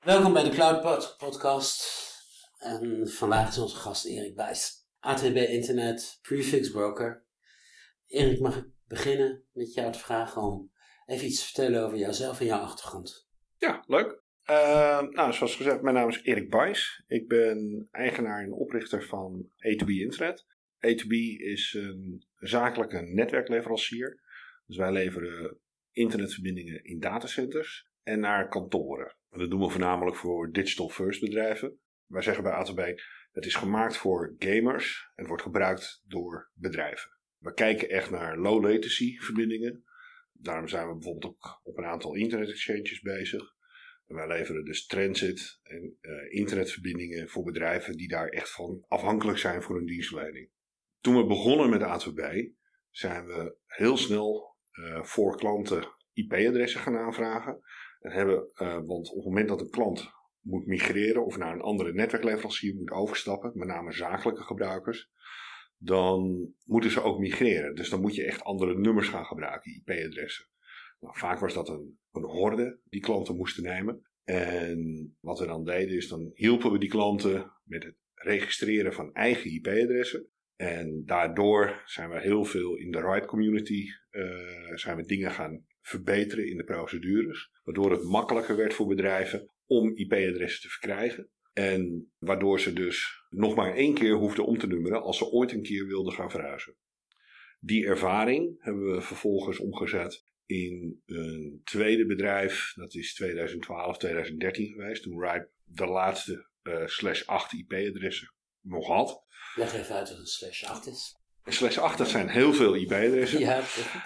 Welkom bij de Cloud Podcast. En vandaag is onze gast Erik Wijs, ATB Internet Prefix Broker. Erik, mag ik beginnen met jou te vragen om even iets te vertellen over jouzelf en jouw achtergrond? Ja, leuk. Zoals gezegd, mijn naam is Erik Wijs. Ik ben eigenaar en oprichter van A2B Internet. A2B is een zakelijke netwerkleverancier. Dus wij leveren internetverbindingen in datacenters en naar kantoren. En dat doen we voornamelijk voor digital first bedrijven. Wij zeggen bij ATB, het is gemaakt voor gamers en het wordt gebruikt door bedrijven. We kijken echt naar low latency verbindingen. Daarom zijn we bijvoorbeeld ook op een aantal internet exchanges bezig. En wij leveren dus transit en internetverbindingen voor bedrijven die daar echt van afhankelijk zijn voor hun dienstverlening. Toen we begonnen met ATB zijn we heel snel voor klanten IP-adressen gaan aanvragen. Want op het moment dat een klant moet migreren of naar een andere netwerkleverancier moet overstappen, met name zakelijke gebruikers, dan moeten ze ook migreren. Dus dan moet je echt andere nummers gaan gebruiken, IP-adressen. Nou, vaak was dat een horde die klanten moesten nemen. En wat we dan deden is, dan hielpen we die klanten met het registreren van eigen IP-adressen. En daardoor zijn we heel veel in de RIPE community zijn we dingen gaan verbeteren in de procedures. Waardoor het makkelijker werd voor bedrijven om IP-adressen te verkrijgen. En waardoor ze dus nog maar 1 keer hoefden om te nummeren als ze ooit een keer wilden gaan verhuizen. Die ervaring hebben we vervolgens omgezet in een tweede bedrijf. Dat is 2012, 2013 geweest. Toen RIPE de laatste /8 IP-adressen nog had. Leg even uit wat een /8 is. Een /8, dat zijn heel veel IP-adressen. Ja.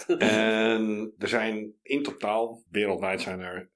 En er zijn in totaal, wereldwijd zijn er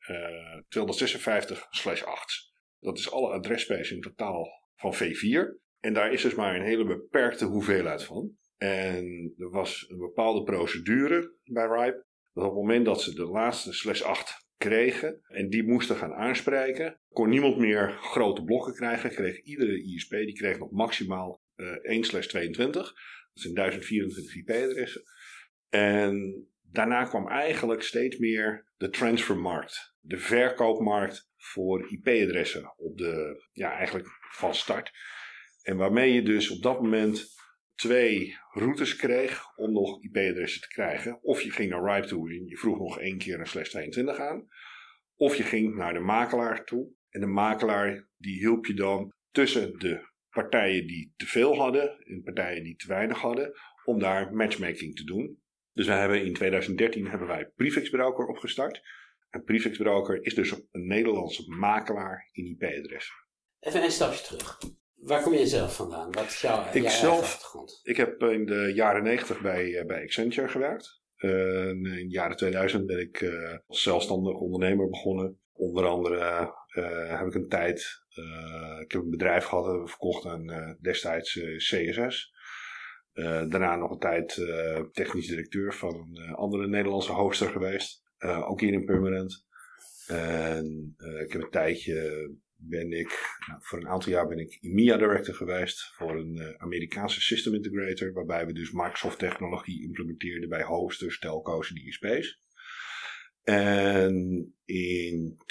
256 /8's. Dat is alle adresspace in totaal van V4. En daar is dus maar een hele beperkte hoeveelheid van. En er was een bepaalde procedure bij RIPE. Dat op het moment dat ze de laatste /8 kregen en die moesten gaan aanspreken, kon niemand meer grote blokken krijgen. Kreeg iedere ISP die kreeg nog maximaal 1/22. Dat zijn 1024 IP-adressen. En daarna kwam eigenlijk steeds meer de transfermarkt. De verkoopmarkt voor IP-adressen eigenlijk van start. En waarmee je dus op dat moment 2 routes kreeg om nog IP-adressen te krijgen. Of je ging naar RIPE toe en je vroeg nog 1 keer een /22 aan. Of je ging naar de makelaar toe. En de makelaar die hielp je dan tussen de partijen die te veel hadden en partijen die te weinig hadden, om daar matchmaking te doen. Dus in 2013 hebben wij Prefix Broker opgestart. En Prefix Broker is dus een Nederlandse makelaar in IP-adressen. Even een stapje terug. Waar kom je zelf vandaan? Wat is jouw eigen achtergrond? Ik heb in de jaren 90 bij Accenture gewerkt. In de jaren 2000 ben ik als zelfstandig ondernemer begonnen. Onder andere heb ik een tijd, ik heb een bedrijf gehad dat we verkocht aan destijds CSS. Daarna nog een tijd technisch directeur van een andere Nederlandse hoster geweest. Ook hier in Permanent. En ik heb een tijdje voor een aantal jaar ben ik EMEA director geweest voor een Amerikaanse system integrator, waarbij we dus Microsoft technologie implementeerden bij hosters, telco's en ISP's. En in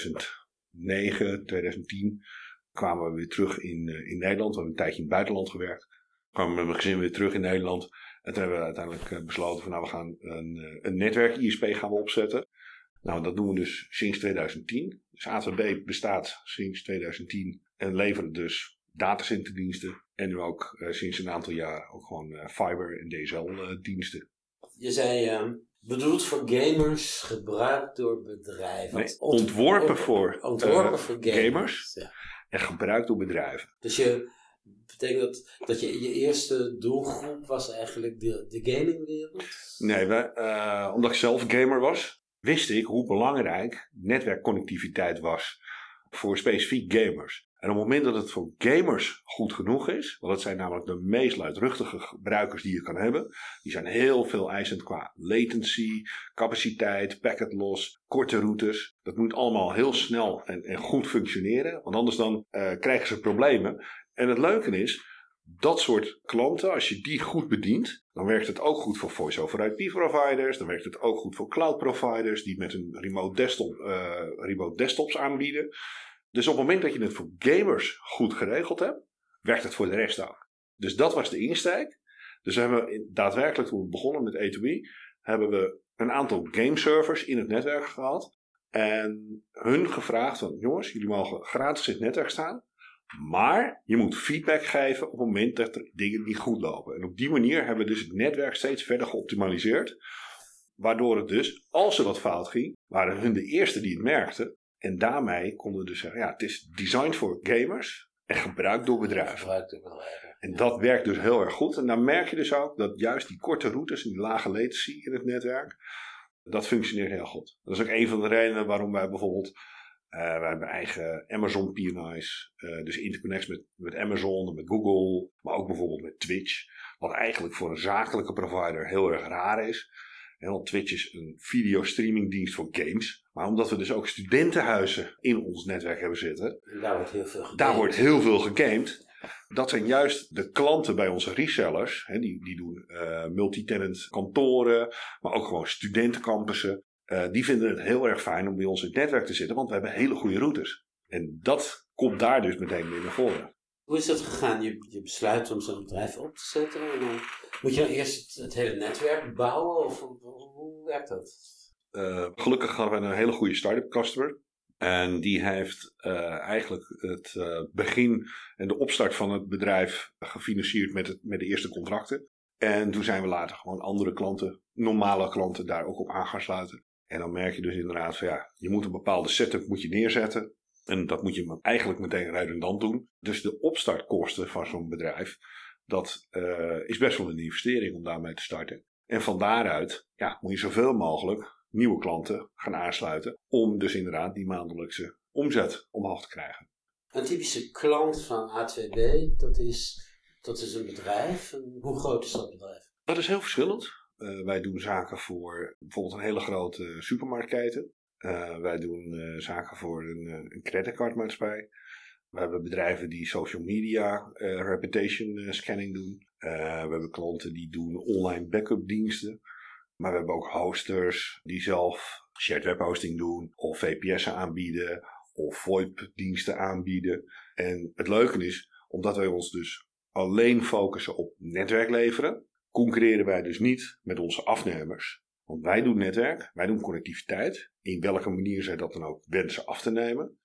2009, 2010 kwamen we weer terug in Nederland. We hebben een tijdje in het buitenland gewerkt. Kwamen we met mijn gezin weer terug in Nederland. En toen hebben we uiteindelijk besloten van we gaan een netwerk-ISP gaan we opzetten. Nou, dat doen we dus sinds 2010. Dus ATB bestaat sinds 2010 en levert dus datacenterdiensten. En nu ook sinds een aantal jaar ook gewoon fiber en DSL diensten. Je zei bedoeld voor gamers, gebruikt door bedrijven. Nee, ontworpen voor gamers ja. En gebruikt door bedrijven. Dus je betekent dat je eerste doelgroep was eigenlijk de gamingwereld? Nee, omdat ik zelf gamer was, wist ik hoe belangrijk netwerkconnectiviteit was voor specifiek gamers. En op het moment dat het voor gamers goed genoeg is, want dat zijn namelijk de meest luidruchtige gebruikers die je kan hebben, die zijn heel veel eisend qua latency, capaciteit, packet loss, korte routes. Dat moet allemaal heel snel en goed functioneren, want anders dan krijgen ze problemen. En het leuke is, dat soort klanten, als je die goed bedient, dan werkt het ook goed voor voice-over IP providers. Dan werkt het ook goed voor cloud providers die met een remote desktops aanbieden. Dus op het moment dat je het voor gamers goed geregeld hebt, werkt het voor de rest ook. Dus dat was de insteek. Dus we hebben daadwerkelijk, toen we begonnen met A2B, hebben we een aantal gameservers in het netwerk gehad. En hun gevraagd van, jongens, jullie mogen gratis in het netwerk staan. Maar je moet feedback geven op het moment dat er dingen niet goed lopen. En op die manier hebben we dus het netwerk steeds verder geoptimaliseerd. Waardoor het dus, als er wat fout ging, waren hun de eerste die het merkten. En daarmee konden we dus zeggen, ja, het is designed voor gamers en gebruikt door bedrijven. En dat werkt dus heel erg goed. En dan merk je dus ook dat juist die korte routes en die lage latency in het netwerk, dat functioneert heel goed. Dat is ook een van de redenen waarom wij bijvoorbeeld, wij hebben eigen Amazon PNI's, dus interconnects met Amazon en met Google, maar ook bijvoorbeeld met Twitch. Wat eigenlijk voor een zakelijke provider heel erg raar is. Want Twitch is een videostreamingdienst voor games. Maar omdat we dus ook studentenhuizen in ons netwerk hebben zitten. Daar wordt heel veel gegamed. Dat zijn juist de klanten bij onze resellers. Die doen multi-tenant kantoren. Maar ook gewoon studentencampussen. Die vinden het heel erg fijn om bij ons in het netwerk te zitten. Want we hebben hele goede routes. En dat komt daar dus meteen weer naar voren. Hoe is dat gegaan? Je besluit om zo'n bedrijf op te zetten. En dan moet je dan eerst het hele netwerk bouwen? Of hoe werkt dat? Gelukkig hadden we een hele goede start-up customer. En die heeft eigenlijk het begin en de opstart van het bedrijf gefinancierd met de eerste contracten. En toen zijn we later gewoon andere klanten, normale klanten, daar ook op aan gaan sluiten. En dan merk je dus inderdaad van ja, je moet een bepaalde setup neerzetten. En dat moet je eigenlijk meteen redundant doen. Dus de opstartkosten van zo'n bedrijf, dat is best wel een investering om daarmee te starten. En van daaruit moet je zoveel mogelijk nieuwe klanten gaan aansluiten. Om dus inderdaad die maandelijkse omzet omhoog te krijgen. Een typische klant van A2B, dat is een bedrijf. En hoe groot is dat bedrijf? Dat is heel verschillend. Wij doen zaken voor bijvoorbeeld een hele grote supermarktketen. Wij doen zaken voor een creditcardmaatschappij. We hebben bedrijven die social media reputation scanning doen. We hebben klanten die doen online backup diensten. Maar we hebben ook hosters die zelf shared web hosting doen. Of VPS'en aanbieden. Of VoIP diensten aanbieden. En het leuke is, omdat wij ons dus alleen focussen op netwerk leveren, concurreren wij dus niet met onze afnemers. Want wij doen netwerk, wij doen connectiviteit. In welke manier zij dat dan ook wensen af te nemen.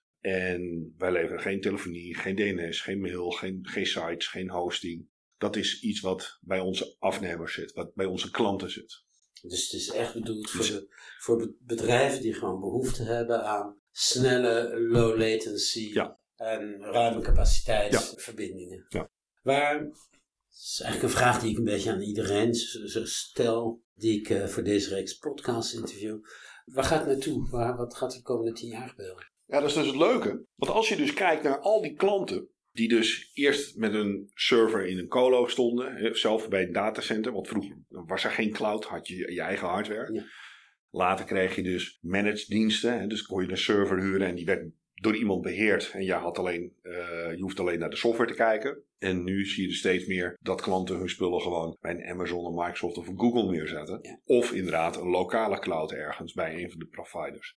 En wij leveren geen telefonie, geen DNS, geen mail, geen sites, geen hosting. Dat is iets wat bij onze afnemers zit, wat bij onze klanten zit. Dus het is echt bedoeld voor bedrijven die gewoon behoefte hebben aan snelle, low latency en ruime capaciteitsverbindingen. Ja. Dat is eigenlijk een vraag die ik een beetje aan iedereen stel, die ik voor deze reeks podcast interview. Waar gaat het naartoe? Wat gaat er de komende 10 jaar gebeuren? Ja, dat is dus het leuke. Want als je dus kijkt naar al die klanten die dus eerst met een server in een colo stonden, zelf bij een datacenter, want vroeger was er geen cloud, had je je eigen hardware. Ja. Later kreeg je dus managed diensten, dus kon je een server huren en die werd door iemand beheerd en je hoeft alleen naar de software te kijken. En nu zie je dus steeds meer dat klanten hun spullen gewoon bij een Amazon, een Microsoft of een Google neerzetten. Ja. Of inderdaad een lokale cloud ergens bij een van de providers.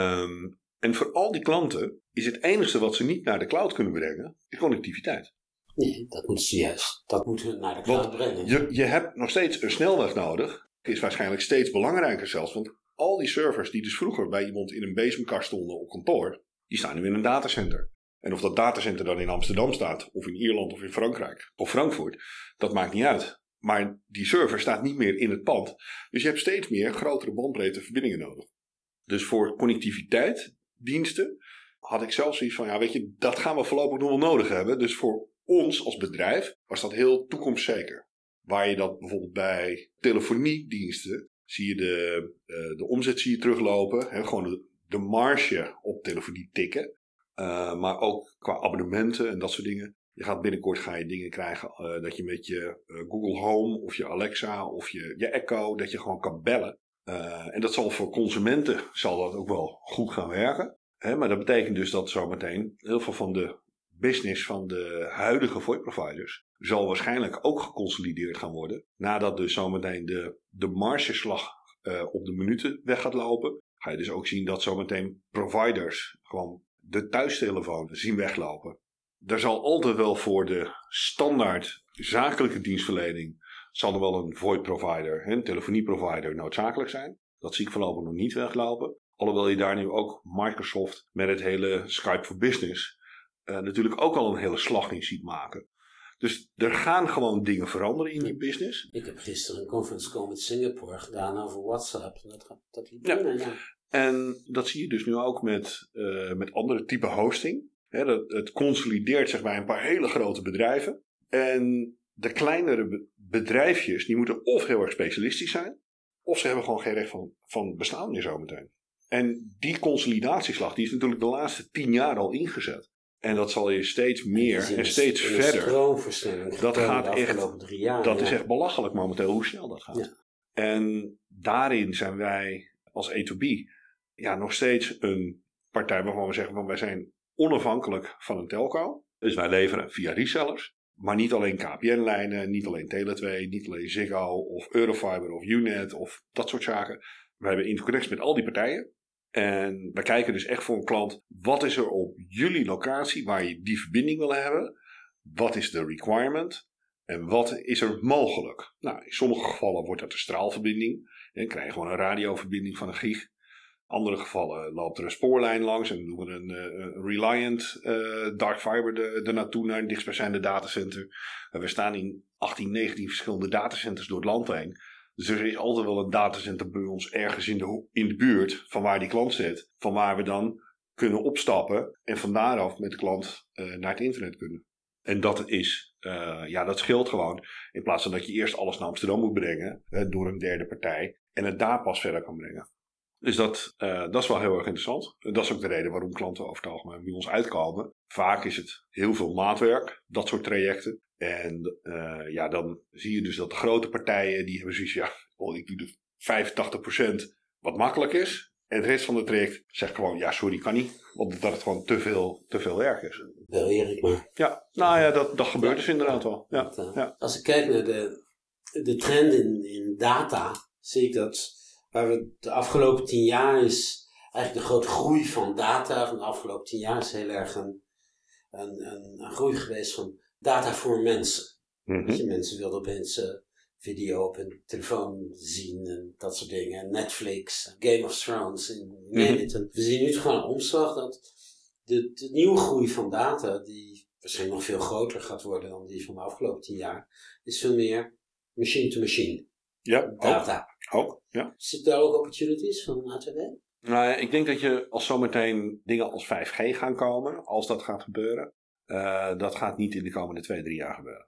En voor al die klanten is het enige wat ze niet naar de cloud kunnen brengen, is connectiviteit. Nee, dat moeten ze juist. Dat moeten we naar de cloud brengen. Je hebt nog steeds een snelweg nodig. Is waarschijnlijk steeds belangrijker zelfs. Want al die servers die dus vroeger bij iemand in een bezemkast stonden op kantoor, die staan nu in een datacenter. En of dat datacenter dan in Amsterdam staat, of in Ierland, of in Frankrijk, of Frankfurt, dat maakt niet uit. Maar die server staat niet meer in het pand. Dus je hebt steeds meer grotere bandbreedte verbindingen nodig. Dus voor connectiviteit, diensten, had ik zelfs zoiets van, weet je, dat gaan we voorlopig nog wel nodig hebben. Dus voor ons als bedrijf was dat heel toekomstzeker. Waar je dat bijvoorbeeld bij telefoniediensten, zie je de omzet teruglopen. Gewoon de marge op telefonie tikken. Maar ook qua abonnementen en dat soort dingen. Binnenkort ga je dingen krijgen dat je met je Google Home of je Alexa of je Echo, dat je gewoon kan bellen. En dat zal voor consumenten ook wel goed gaan werken. Maar dat betekent dus dat zometeen heel veel van de business van de huidige VoIP-providers zal waarschijnlijk ook geconsolideerd gaan worden. Nadat dus zometeen de margeslag op de minuten weg gaat lopen, ga je dus ook zien dat zometeen providers gewoon de thuistelefoon zien weglopen. Er zal altijd wel voor de standaard zakelijke dienstverlening zal er wel een VoIP provider, een telefonieprovider noodzakelijk zijn. Dat zie ik voorlopig nog niet weglopen. Alhoewel je daar nu ook Microsoft met het hele Skype for Business natuurlijk ook al een hele slag in ziet maken. Dus er gaan gewoon dingen veranderen in die business. Ik heb gisteren een conference call met Singapore gedaan over WhatsApp. Dat liep Ja. prima, ja. En dat zie je dus nu ook met andere type hosting. Het consolideert zich bij een paar hele grote bedrijven. En de kleinere bedrijfjes, die moeten of heel erg specialistisch zijn, of ze hebben gewoon geen recht van bestaan meer zometeen. En die consolidatieslag, die is natuurlijk de laatste 10 jaar al ingezet. En dat zal je steeds meer en steeds verder. Stroomversnelling. Dat gaat echt. 3 jaar, Dat is echt belachelijk momenteel hoe snel dat gaat. Ja. En daarin zijn wij als A2B nog steeds een partij waarvan we zeggen van wij zijn onafhankelijk van een telco. Dus wij leveren via resellers. Maar niet alleen KPN-lijnen, niet alleen Tele2, niet alleen Ziggo of Eurofiber of Unet of dat soort zaken. We hebben interconnecties met al die partijen. En we kijken dus echt voor een klant, wat is er op jullie locatie waar je die verbinding wil hebben? Wat is de requirement? En wat is er mogelijk? Nou, in sommige gevallen wordt dat een straalverbinding. Dan krijg je gewoon een radioverbinding van een gig. In andere gevallen loopt er een spoorlijn langs en doen we een Reliant dark fiber ernaartoe naar een dichtstbijzijnde datacenter. En we staan in 18, 19 verschillende datacenters door het land heen. Dus er is altijd wel een datacenter bij ons ergens in de buurt van waar die klant zit. Van waar we dan kunnen opstappen en van daaraf met de klant naar het internet kunnen. En dat is, dat scheelt gewoon. In plaats van dat je eerst alles naar Amsterdam moet brengen door een derde partij. En het daar pas verder kan brengen. Dus dat is wel heel erg interessant. Dat is ook de reden waarom klanten over het algemeen bij ons uitkomen. Vaak is het heel veel maatwerk, dat soort trajecten. En dan zie je dus dat de grote partijen, die hebben zoiets, ik doe de 85% wat makkelijk is. En het rest van het traject zegt gewoon, sorry, kan niet. Omdat het gewoon te veel werk is. Wel Erik, maar... Ja, dat gebeurt dus inderdaad wel. Ja. Als ik kijk naar de trend in data, zie ik dat waar we de afgelopen 10 jaar is, eigenlijk de grote groei van data van de afgelopen 10 jaar is heel erg een groei geweest van data voor mensen. Mm-hmm. Mensen wilden opeens video op hun telefoon zien en dat soort dingen. En Netflix, Game of Thrones. We zien nu gewoon een omslag dat de nieuwe groei van data, die waarschijnlijk nog veel groter gaat worden dan die van de afgelopen 10 jaar, is veel meer machine-to-machine data. Ook, ja. Zit daar ook opportunities van ATW? Nou ja, ik denk dat je als zometeen dingen als 5G gaan komen, als dat gaat gebeuren, dat gaat niet in de komende 2-3 jaar gebeuren.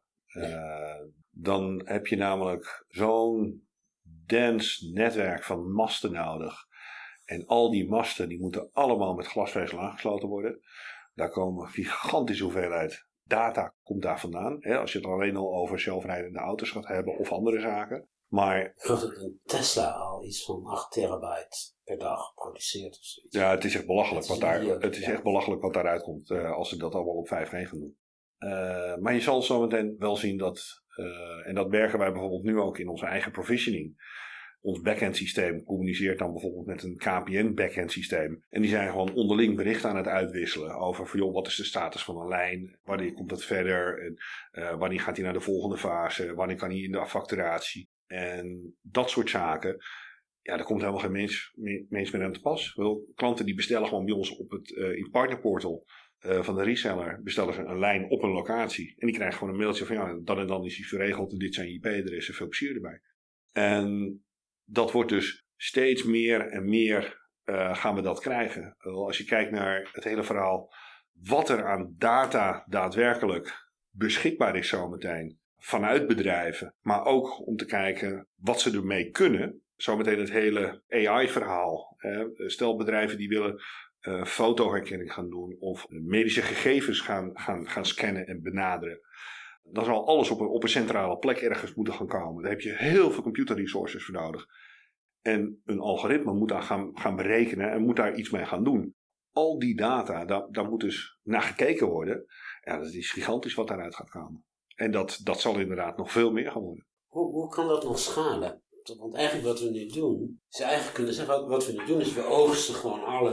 Dan heb je namelijk zo'n dense netwerk van masten nodig. En al die masten die moeten allemaal met glasvezel aangesloten worden. Daar komen een gigantische hoeveelheid data komt daar vandaan. Als je het alleen al over zelfrijdende auto's gaat hebben of andere zaken. Maar ik geloof dat een Tesla al iets van 8 terabyte per dag produceert of zoiets. Ja, het is echt belachelijk wat daaruit komt als ze dat allemaal op 5G gaan doen. Maar je zal zo meteen wel zien dat, en dat werken wij bijvoorbeeld nu ook in onze eigen provisioning. Ons backend systeem communiceert dan bijvoorbeeld met een KPN backend systeem. En die zijn gewoon onderling berichten aan het uitwisselen over van, wat is de status van een lijn? Wanneer komt het verder? En wanneer gaat hij naar de volgende fase? Wanneer kan hij in de facturatie? En dat soort zaken. Ja, daar komt helemaal geen mens meer aan te pas. Klanten die bestellen gewoon bij ons op het in partnerportal van de reseller, bestellen ze een lijn op een locatie. En die krijgen gewoon een mailtje van dan en dan is iets geregeld en dit zijn je IP-adressen, veel plezier erbij. En dat wordt dus steeds meer en meer gaan we dat krijgen. Als je kijkt naar het hele verhaal, wat er aan data daadwerkelijk beschikbaar is zometeen vanuit bedrijven, maar ook om te kijken wat ze ermee kunnen. Zometeen het hele AI-verhaal. Stel bedrijven die willen fotoherkenning gaan doen of medische gegevens gaan scannen en benaderen. Dan zal alles op een centrale plek ergens moeten gaan komen. Daar heb je heel veel computerresources voor nodig. En een algoritme moet daar gaan berekenen en moet daar iets mee gaan doen. Al die data, daar moet dus naar gekeken worden. Ja, dat is gigantisch wat daaruit gaat komen. En dat zal inderdaad nog veel meer gaan worden. Hoe kan dat nog schalen? Want eigenlijk wat we nu doen, is eigenlijk kunnen zeggen, wat we nu doen is we oogsten gewoon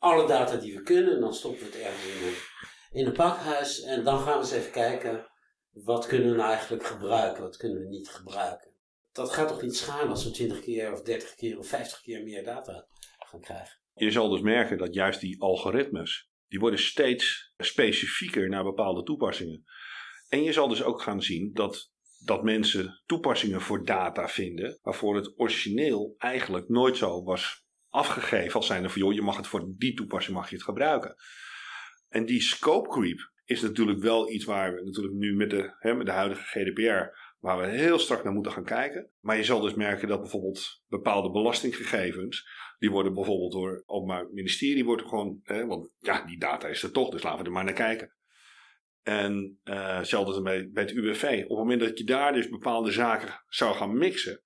alle data die we kunnen. Dan stoppen we het ergens in een pakhuis. En dan gaan we eens even kijken, wat kunnen we nou eigenlijk gebruiken? Wat kunnen we niet gebruiken? Dat gaat toch niet schaden als we 20 keer of 30 keer of 50 keer meer data gaan krijgen? Je zal dus merken dat juist die algoritmes, die worden steeds specifieker naar bepaalde toepassingen. En je zal dus ook gaan zien dat mensen toepassingen voor data vinden, waarvoor het origineel eigenlijk nooit zo was afgegeven als zijnde van joh, je mag het voor die toepassing mag je het gebruiken. En die scope creep is natuurlijk wel iets waar we natuurlijk nu met de huidige GDPR, waar we heel strak naar moeten gaan kijken. Maar je zal dus merken dat bijvoorbeeld bepaalde belastinggegevens, die worden bijvoorbeeld door het Openbaar Ministerie, wordt gewoon, want ja, die data is er toch, dus laten we er maar naar kijken. En hetzelfde bij het UWV. Op het moment dat je daar dus bepaalde zaken zou gaan mixen,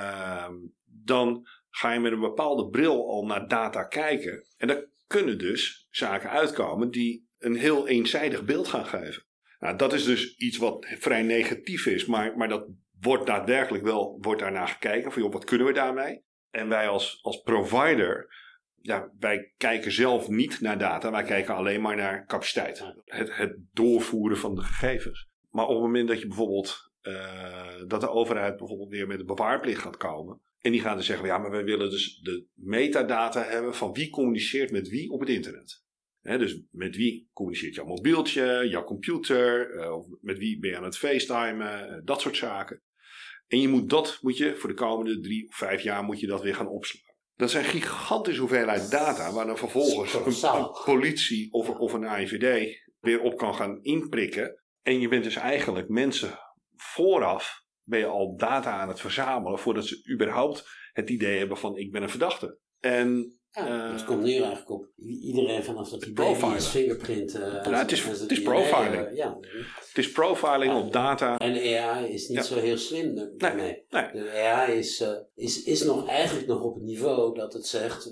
dan ga je met een bepaalde bril al naar data kijken. En dan kunnen dus zaken uitkomen die een heel eenzijdig beeld gaan geven. Nou, dat is dus iets wat vrij negatief is, maar dat wordt daadwerkelijk wel, wordt daarnaar gekeken. Van joh, wat kunnen we daarmee? En wij als provider, ja, wij kijken zelf niet naar data, wij kijken alleen maar naar capaciteit. Het doorvoeren van de gegevens. Maar op het moment dat je bijvoorbeeld, dat de overheid bijvoorbeeld weer met een bewaarplicht gaat komen. En die gaan dan zeggen, ja, maar wij willen dus de metadata hebben van wie communiceert met wie op het internet. Dus met wie communiceert jouw mobieltje, jouw computer, of met wie ben je aan het facetimen, dat soort zaken. En je moet je voor de komende 3 of 5 jaar moet je dat weer gaan opslaan. Dat zijn gigantische hoeveelheid data waar dan vervolgens een politie of een AIVD weer op kan gaan inprikken. En je bent dus eigenlijk mensen vooraf, ben je al data aan het verzamelen voordat ze überhaupt het idee hebben van ik ben een verdachte. En het komt nu eigenlijk op iedereen vanaf dat hij is fingerprint. Het is profiling. Het is profiling op data. En AI is niet zo heel slim daarmee. Nee. De AI is nog eigenlijk nog op het niveau dat het zegt,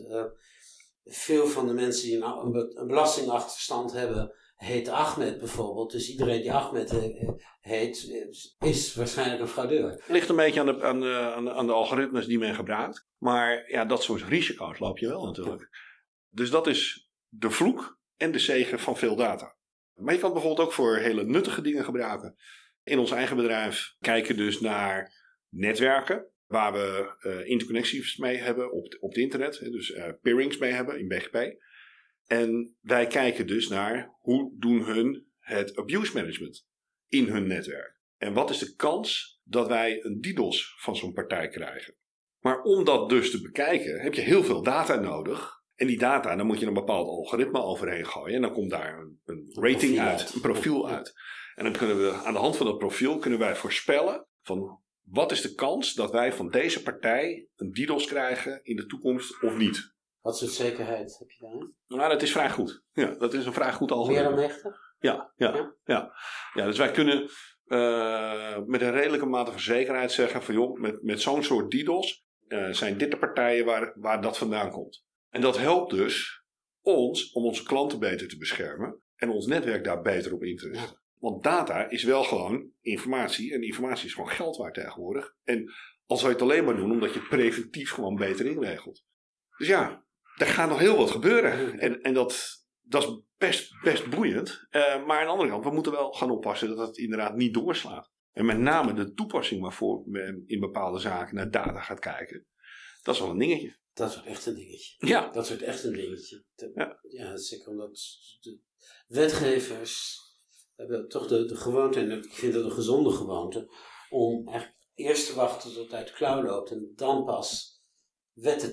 veel van de mensen die een belastingachterstand hebben, heet Ahmed bijvoorbeeld. Dus iedereen die Ahmed heet, is waarschijnlijk een fraudeur. Het ligt een beetje aan de algoritmes die men gebruikt. Maar ja, dat soort risico's loop je wel natuurlijk. Dus dat is de vloek en de zegen van veel data. Maar je kan het bijvoorbeeld ook voor hele nuttige dingen gebruiken. In ons eigen bedrijf kijken dus naar netwerken waar we interconnecties mee hebben op het internet. Dus peerings mee hebben in BGP. En wij kijken dus naar hoe doen hun het abuse management in hun netwerk. En wat is de kans dat wij een DDoS van zo'n partij krijgen. Maar om dat dus te bekijken heb je heel veel data nodig. En die data, dan moet je een bepaald algoritme overheen gooien. En dan komt daar een rating uit, een profiel uit. En dan kunnen we aan de hand van dat profiel kunnen wij voorspellen van wat is de kans dat wij van deze partij een DDoS krijgen in de toekomst of niet. Wat soort zekerheid heb je daarin? Nou, dat is vrij goed. Ja, dat is een vrij goed algoritme. Meer dan 90? Ja, dus wij kunnen met een redelijke mate van zekerheid zeggen van joh, met zo'n soort DDoS zijn dit de partijen waar dat vandaan komt. En dat helpt dus ons om onze klanten beter te beschermen en ons netwerk daar beter op in te richten. Ja. Want data is wel gewoon informatie en informatie is gewoon geld waard tegenwoordig. En al zou je het alleen maar doen omdat je het preventief gewoon beter inregelt. Dus ja, er gaat nog heel wat gebeuren. En dat is best boeiend. Maar aan de andere kant, we moeten wel gaan oppassen dat het inderdaad niet doorslaat. En met name de toepassing waarvoor men in bepaalde zaken naar data gaat kijken. Dat is wel een dingetje. Dat wordt echt een dingetje. Ja. Dat wordt echt een dingetje. Ja, zeker omdat de wetgevers hebben toch de gewoonte, en ik vind het een gezonde gewoonte, om eigenlijk eerst te wachten tot het uit de klauw loopt en dan pas wetten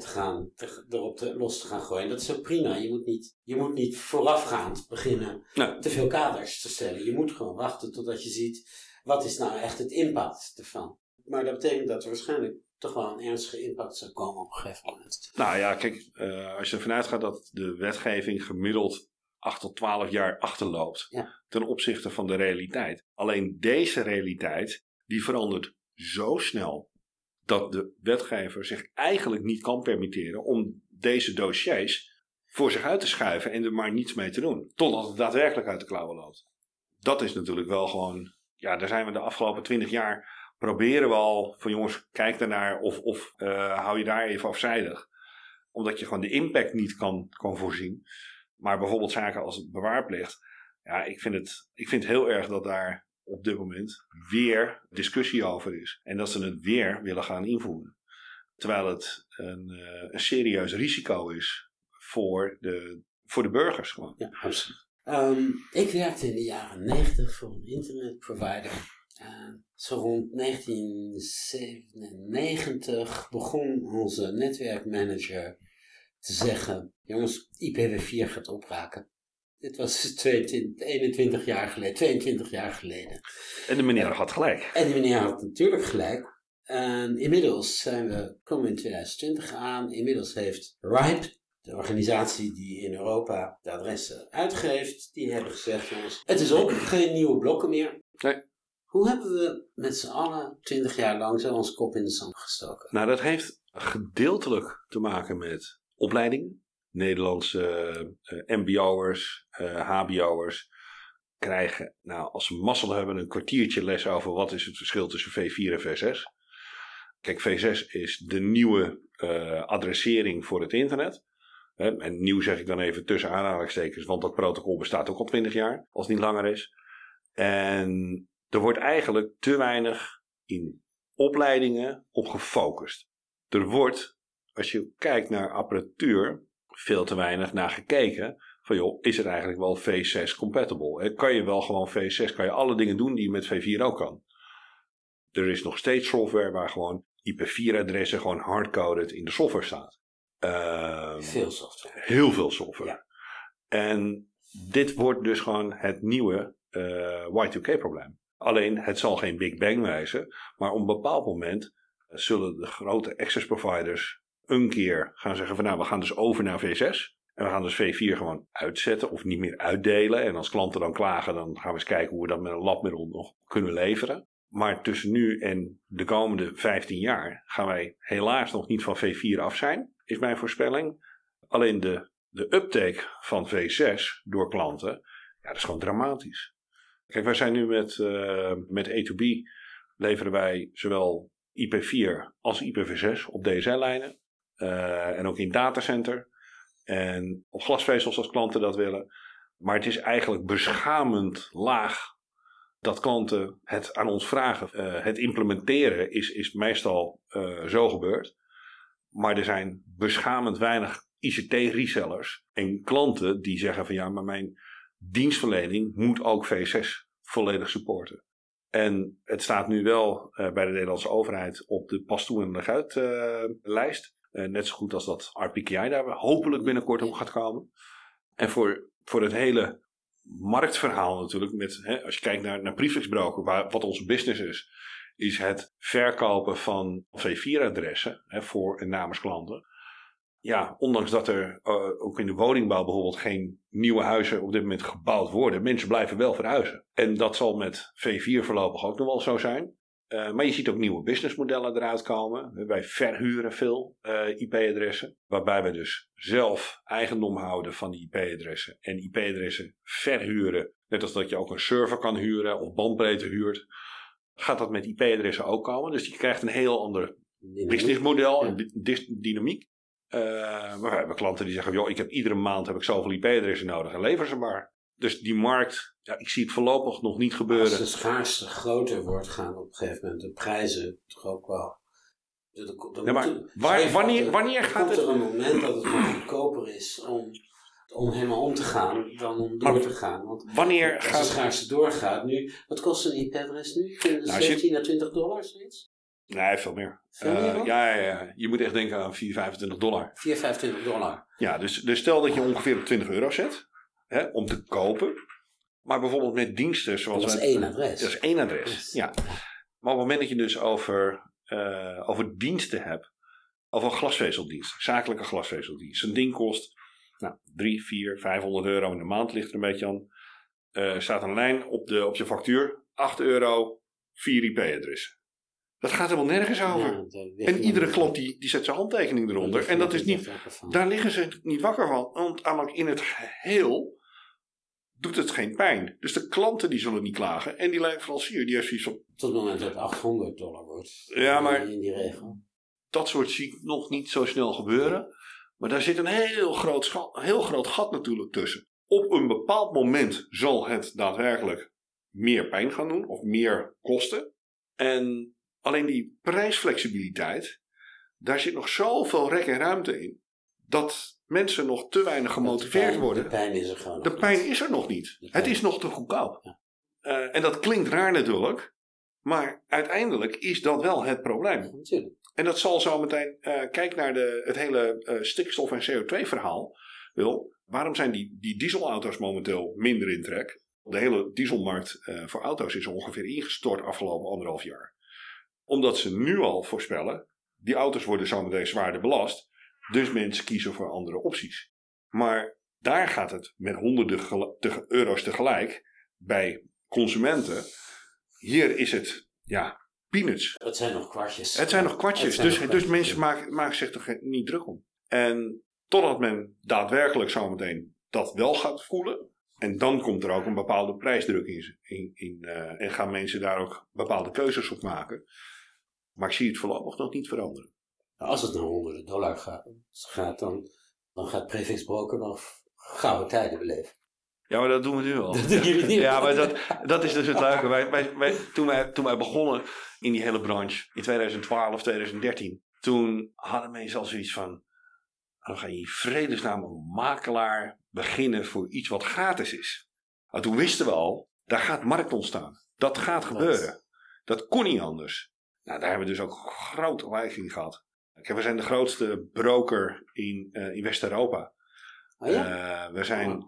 los te gaan gooien. Dat is ook prima. Je moet niet voorafgaand beginnen te veel kaders te stellen. Je moet gewoon wachten totdat je ziet wat is nou echt het impact ervan. Maar dat betekent dat er waarschijnlijk toch wel een ernstige impact zou komen op een gegeven moment. Nou ja, kijk, als je ervan uitgaat dat de wetgeving gemiddeld 8 tot 12 jaar achterloopt ten opzichte van de realiteit. Alleen deze realiteit, die verandert zo snel dat de wetgever zich eigenlijk niet kan permitteren om deze dossiers voor zich uit te schuiven en er maar niets mee te doen. Totdat het daadwerkelijk uit de klauwen loopt. Dat is natuurlijk wel gewoon, ja, daar zijn we de afgelopen 20 jaar proberen we al van jongens, kijk daarnaar of hou je daar even afzijdig. Omdat je gewoon de impact niet kan voorzien. Maar bijvoorbeeld zaken als bewaarplicht. Ja, ik vind het heel erg dat daar op dit moment weer discussie over is. En dat ze het weer willen gaan invoeren. Terwijl het een serieus risico is voor de burgers gewoon. Ja, absoluut. Ik werkte in de jaren 90 voor een internetprovider. Zo rond 1997 begon onze netwerkmanager te zeggen: jongens, IPv4 gaat opraken. Dit was 22 jaar geleden. En de meneer had gelijk. En die meneer had natuurlijk gelijk. En inmiddels komen we in 2020 aan. Inmiddels heeft RIPE, de organisatie die in Europa de adressen uitgeeft, die hebben gezegd: jongens, het is op, geen nieuwe blokken meer. Nee. Hoe hebben we met z'n allen 20 jaar lang zo ons kop in de zand gestoken? Nou, dat heeft gedeeltelijk te maken met opleidingen. Nederlandse mbo'ers, hbo'ers krijgen, nou, als ze mazzel hebben, een kwartiertje les over wat is het verschil tussen V4 en V6. Kijk, V6 is de nieuwe adressering voor het internet. En nieuw zeg ik dan even tussen aanhalingstekens, want dat protocol bestaat ook al 20 jaar, als het niet langer is. En er wordt eigenlijk te weinig in opleidingen op gefocust. Er wordt, als je kijkt naar apparatuur, veel te weinig naar gekeken. Van joh, is het eigenlijk wel V6 compatible? Kan je wel gewoon V6, kan je alle dingen doen die je met V4 ook kan. Er is nog steeds software waar gewoon IP4-adressen gewoon hardcoded in de software staat. Veel software. Heel veel software. Ja. En dit wordt dus gewoon het nieuwe Y2K-probleem. Alleen, het zal geen Big Bang wijzen, maar op een bepaald moment zullen de grote access providers een keer gaan zeggen van nou, we gaan dus over naar V6. En we gaan dus V4 gewoon uitzetten of niet meer uitdelen. En als klanten dan klagen, dan gaan we eens kijken hoe we dat met een labmiddel nog kunnen leveren. Maar tussen nu en de komende 15 jaar gaan wij helaas nog niet van V4 af zijn, is mijn voorspelling. Alleen de uptake van V6 door klanten, ja, dat is gewoon dramatisch. Kijk, wij zijn nu met A2B leveren wij zowel IP4 als IPv6 op DSL-lijnen. En ook in datacenter. En op glasvezels als klanten dat willen. Maar het is eigenlijk beschamend laag dat klanten het aan ons vragen. Het implementeren is meestal zo gebeurd. Maar er zijn beschamend weinig ICT-resellers en klanten die zeggen van ja, maar mijn dienstverlening moet ook V6 volledig supporten. En het staat nu wel bij de Nederlandse overheid op de pas toe en leg uit lijst. Net zo goed als dat RPKI daar hopelijk binnenkort op gaat komen. En voor het hele marktverhaal natuurlijk, als je kijkt naar Prefix Broker, wat onze business is het verkopen van V4-adressen voor en namens klanten. Ja, ondanks dat er ook in de woningbouw bijvoorbeeld geen nieuwe huizen op dit moment gebouwd worden, mensen blijven wel verhuizen. En dat zal met V4 voorlopig ook nog wel zo zijn. Maar je ziet ook nieuwe businessmodellen eruit komen. Wij verhuren veel IP-adressen. Waarbij we dus zelf eigendom houden van die IP-adressen. En IP-adressen verhuren. Net als dat je ook een server kan huren of bandbreedte huurt. Gaat dat met IP-adressen ook komen. Dus je krijgt een heel ander businessmodel en dynamiek. Maar we hebben klanten die zeggen, joh, ik heb iedere maand zoveel IP-adressen nodig en lever ze maar. Dus die markt, ja, ik zie het voorlopig nog niet gebeuren. Als de schaarste groter wordt, gaan op een gegeven moment de prijzen toch ook wel. Wanneer gaat het? Er komt er een moment dat het nog goedkoper is om helemaal om te gaan dan om door te gaan. Want wanneer als de schaarste doorgaat nu, wat kost een IP-adres nu? 17 naar $20 zoiets? Nee, veel meer. Ja. Je moet echt denken aan $4-25. $4-25. Ja, dus stel dat je ongeveer op €20 zet. Om te kopen. Maar bijvoorbeeld met diensten zoals... Dat is één adres. Dat is één adres, ja. Maar op het moment dat je dus over diensten hebt. Over een glasvezeldienst. Zakelijke glasvezeldienst. Een ding kost 3, 4, €500 in de maand. Ligt er een beetje aan. Staat een lijn op je factuur. €8, 4 IP-adressen. Dat gaat helemaal nergens over. Ja, en iedere klant die zet zijn handtekening eronder. En dat is niet... Daar liggen ze niet wakker van. Want namelijk in het geheel doet het geen pijn. Dus de klanten die zullen niet klagen. En die leverancier die heeft zoiets van... Tot het moment dat het $800 wordt. Ja, maar... In die regel. Dat soort zie ik nog niet zo snel gebeuren. Maar daar zit een heel groot gat natuurlijk tussen. Op een bepaald moment zal het daadwerkelijk meer pijn gaan doen of meer kosten. En alleen die prijsflexibiliteit, daar zit nog zoveel rek en ruimte in, dat mensen nog te weinig gemotiveerd worden. De pijn is er gewoon De pijn is er nog niet. Het is nog te goedkoop. Ja. En dat klinkt raar natuurlijk, maar uiteindelijk is dat wel het probleem. Natuurlijk. En dat zal zo meteen, kijk naar het hele stikstof- en CO2-verhaal. Waarom zijn die dieselauto's momenteel minder in trek? De hele dieselmarkt voor auto's is ongeveer ingestort afgelopen 1,5 jaar. Omdat ze nu al voorspellen, die auto's worden zo meteen zwaarder belast. Dus mensen kiezen voor andere opties. Maar daar gaat het met honderden euro's tegelijk bij consumenten. Hier is het, peanuts. Het zijn nog kwartjes. Het zijn nog kwartjes. Dus mensen maken zich er niet druk om. En totdat men daadwerkelijk zometeen dat wel gaat voelen. En dan komt er ook een bepaalde prijsdruk in en gaan mensen daar ook bepaalde keuzes op maken. Maar ik zie het voorlopig nog niet veranderen. Als het naar $100 gaat, dan gaat Prefix Broker nog gouden tijden beleven. Ja, maar dat doen we nu al. Dat doen jullie niet. Ja, maar dat is dus het leuke. Toen wij begonnen in die hele branche, in 2012, 2013, toen hadden mensen al zoiets van, dan ga je in vredesnaam een makelaar beginnen voor iets wat gratis is. Maar toen wisten we al, daar gaat markt ontstaan. Dat gaat gebeuren. Dat kon niet anders. Nou, daar hebben we dus ook grote gelijk in gehad. We zijn de grootste broker in West-Europa. Oh ja? We zijn,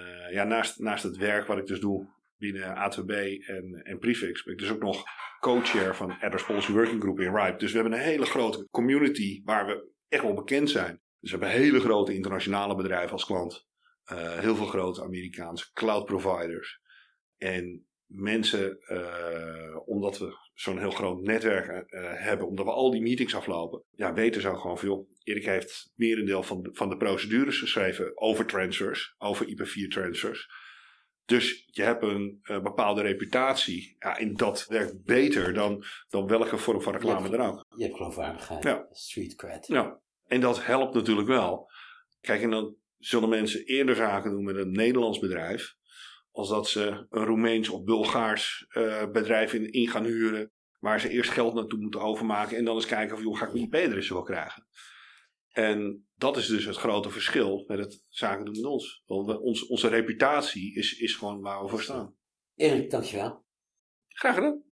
naast het werk wat ik dus doe binnen ATB en Prefix, ben ik dus ook nog co-chair van Adders Policy Working Group in RIPE. Dus we hebben een hele grote community waar we echt wel bekend zijn. Dus we hebben hele grote internationale bedrijven als klant. Heel veel grote Amerikaanse cloud providers. En mensen, omdat we zo'n heel groot netwerk hebben, omdat we al die meetings aflopen, weten ze ook gewoon veel. Erik heeft merendeel van de procedures geschreven over transfers, over IP4 transfers. Dus je hebt een bepaalde reputatie. Ja, en dat werkt beter dan welke vorm van reclame dan ook. Je hebt geloofwaardigheid, street cred. Ja, en dat helpt natuurlijk wel. Kijk, en dan zullen mensen eerder zaken doen met een Nederlands bedrijf, als dat ze een Roemeens of Bulgaars bedrijf in gaan huren, waar ze eerst geld naartoe moeten overmaken en dan eens kijken of hoe ga ik mijn IP-adres wel krijgen. En dat is dus het grote verschil met het zaken doen met ons. Want onze reputatie is gewoon waar we voor staan. Erik, dankjewel. Graag gedaan.